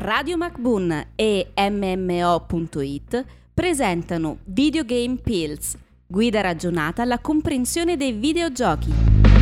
Radio MacBoon e MMO.it presentano Video Game Pills, guida ragionata alla comprensione dei videogiochi.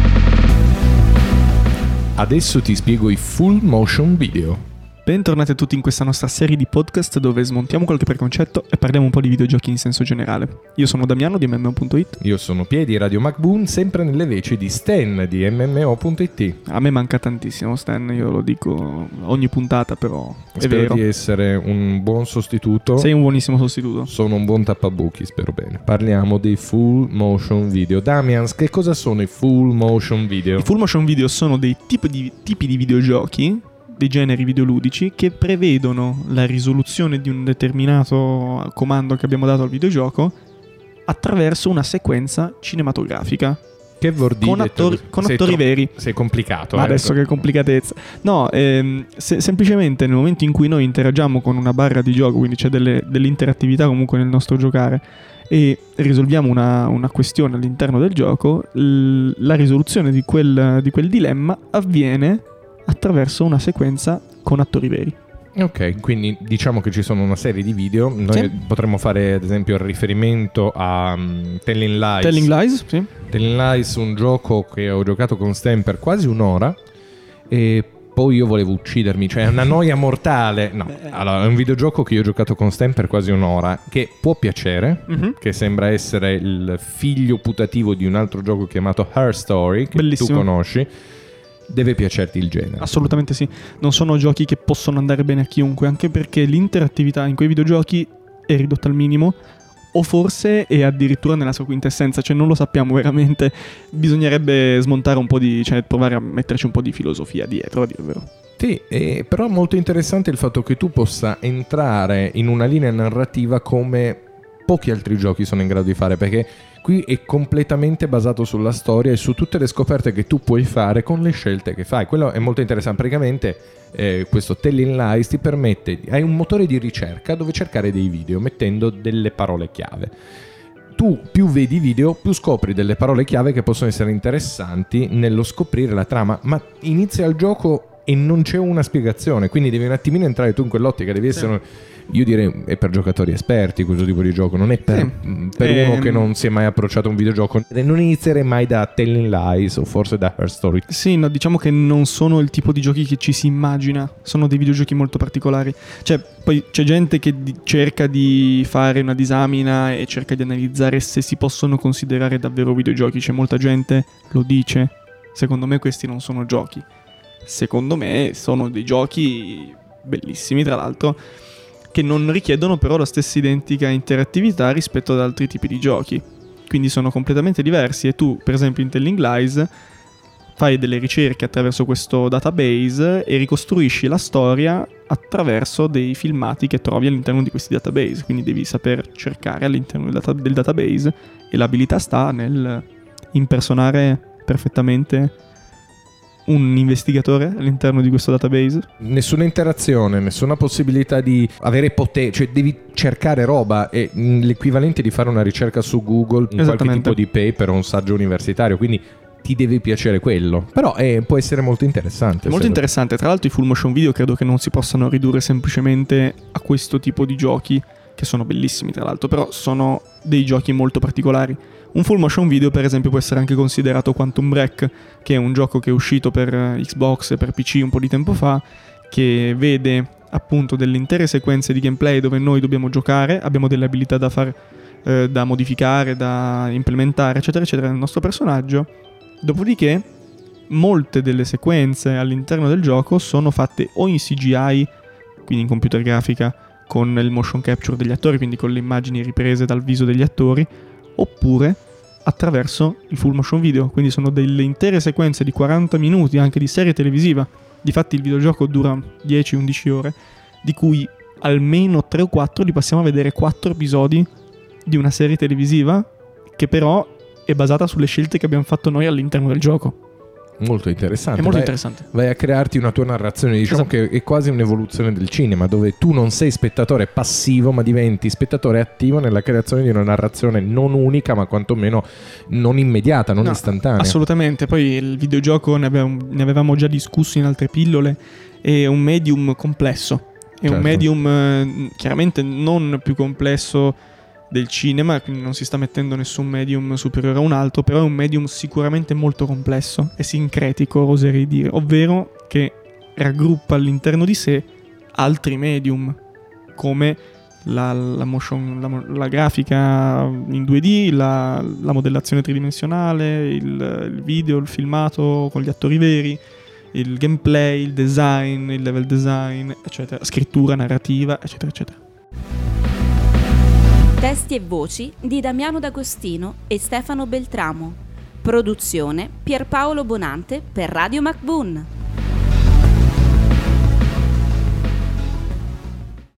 Adesso ti spiego i full motion video. Bentornati a tutti in questa nostra serie di podcast dove smontiamo qualche preconcetto e parliamo un po' di videogiochi in senso generale. Io sono Damiano di MMO.it. Io sono Pie di Radio MacBoon, sempre nelle veci di Stan di MMO.it. A me manca tantissimo Stan, io lo dico ogni puntata, però è Spero vero. di essere un buon sostituto. Sei un buonissimo sostituto. Sono un buon tappabuchi, spero bene. Parliamo dei full motion video. Damians, che cosa sono i full motion video? I full motion video sono dei tipi di videogiochi, dei generi videoludici che prevedono la risoluzione di un determinato comando che abbiamo dato al videogioco attraverso una sequenza cinematografica. Che vuol dire? Con attori veri. Sei complicato. Ma adesso che complicatezza. No, semplicemente nel momento in cui noi interagiamo con una barra di gioco, quindi c'è dell'interattività comunque nel nostro giocare, e risolviamo una questione all'interno del gioco, la risoluzione di quel dilemma avviene attraverso una sequenza con attori veri. Ok, quindi diciamo che ci sono una serie di video. Noi potremmo fare ad esempio il riferimento a Telling Lies. Telling Lies, sì. Telling Lies, un gioco che ho giocato con Stan per quasi un'ora e poi io volevo uccidermi, cioè è una noia mortale. No, allora è un videogioco che io ho giocato con Stan per quasi un'ora, che può piacere, che sembra essere il figlio putativo di un altro gioco chiamato Her Story, che bellissimo. Tu conosci. Deve piacerti il genere. Assolutamente sì. Non sono giochi che possono andare bene a chiunque, anche perché l'interattività in quei videogiochi è ridotta al minimo, o forse è addirittura nella sua quintessenza, cioè non lo sappiamo veramente. Bisognerebbe smontare un po' cioè provare a metterci un po' di filosofia dietro, a dire il vero. Sì, però è molto interessante il fatto che tu possa entrare in una linea narrativa come pochi altri giochi sono in grado di fare, perché qui è completamente basato sulla storia e su tutte le scoperte che tu puoi fare con le scelte che fai. Quello è molto interessante. Praticamente questo Telling Lies ti permette, hai un motore di ricerca dove cercare dei video mettendo delle parole chiave. Tu più vedi video, più scopri delle parole chiave che possono essere interessanti nello scoprire la trama, ma inizia il gioco e non c'è una spiegazione, quindi devi un attimino entrare tu in quell'ottica, devi essere... Io direi è per giocatori esperti questo tipo di gioco, non è per uno che non si è mai approcciato a un videogioco. Non inizierei mai da Telling Lies o forse da Her Story. Sì, no, diciamo che non sono il tipo di giochi che ci si immagina, sono dei videogiochi molto particolari. Cioè, poi c'è gente che cerca di fare una disamina e cerca di analizzare se si possono considerare davvero videogiochi. C'è molta gente lo dice. Secondo me questi non sono giochi. Secondo me sono dei giochi bellissimi, tra l'altro, che non richiedono però la stessa identica interattività rispetto ad altri tipi di giochi. Quindi sono completamente diversi e tu, per esempio in Telling Lies, fai delle ricerche attraverso questo database e ricostruisci la storia attraverso dei filmati che trovi all'interno di questi database. Quindi devi saper cercare all'interno del database e l'abilità sta nel impersonare perfettamente un investigatore all'interno di questo database. Nessuna interazione, nessuna possibilità di avere potere, cioè devi cercare roba, è l'equivalente di fare una ricerca su Google in qualche tipo di paper o un saggio universitario, quindi ti deve piacere quello. Però può essere molto interessante. Molto interessante. Tra l'altro i full motion video credo che non si possano ridurre semplicemente a questo tipo di giochi, che sono bellissimi tra l'altro, però sono dei giochi molto particolari. Un full motion video per esempio può essere anche considerato Quantum Break, che è un gioco che è uscito per Xbox e per PC un po' di tempo fa, che vede appunto delle intere sequenze di gameplay dove noi dobbiamo giocare, abbiamo delle abilità da fare, da modificare, da implementare eccetera eccetera nel nostro personaggio. Dopodiché molte delle sequenze all'interno del gioco sono fatte o in CGI, quindi in computer grafica, con il motion capture degli attori, quindi con le immagini riprese dal viso degli attori, oppure attraverso il full motion video, quindi sono delle intere sequenze di 40 minuti anche di serie televisiva. Difatti il videogioco dura 10-11 ore, di cui almeno 3 o 4 li passiamo a vedere 4 episodi di una serie televisiva che però è basata sulle scelte che abbiamo fatto noi all'interno del gioco. Molto interessante. È molto interessante. Vai a crearti una tua narrazione, diciamo che è quasi un'evoluzione del cinema, dove tu non sei spettatore passivo ma diventi spettatore attivo nella creazione di una narrazione non unica ma quantomeno non immediata, non istantanea. Assolutamente. Poi il videogioco ne avevamo già discusso in altre pillole, è un medium complesso, È un medium chiaramente non più complesso del cinema, quindi non si sta mettendo nessun medium superiore a un altro, però è un medium sicuramente molto complesso e sincretico, oserei dire, ovvero che raggruppa all'interno di sé altri medium come la grafica in 2D, la modellazione tridimensionale, il video, il filmato con gli attori veri, il gameplay, il design, il level design, eccetera, scrittura, narrativa, eccetera, eccetera. Testi e voci di Damiano D'Agostino e Stefano Beltramo. Produzione Pierpaolo Bonante per Radio MacBoon.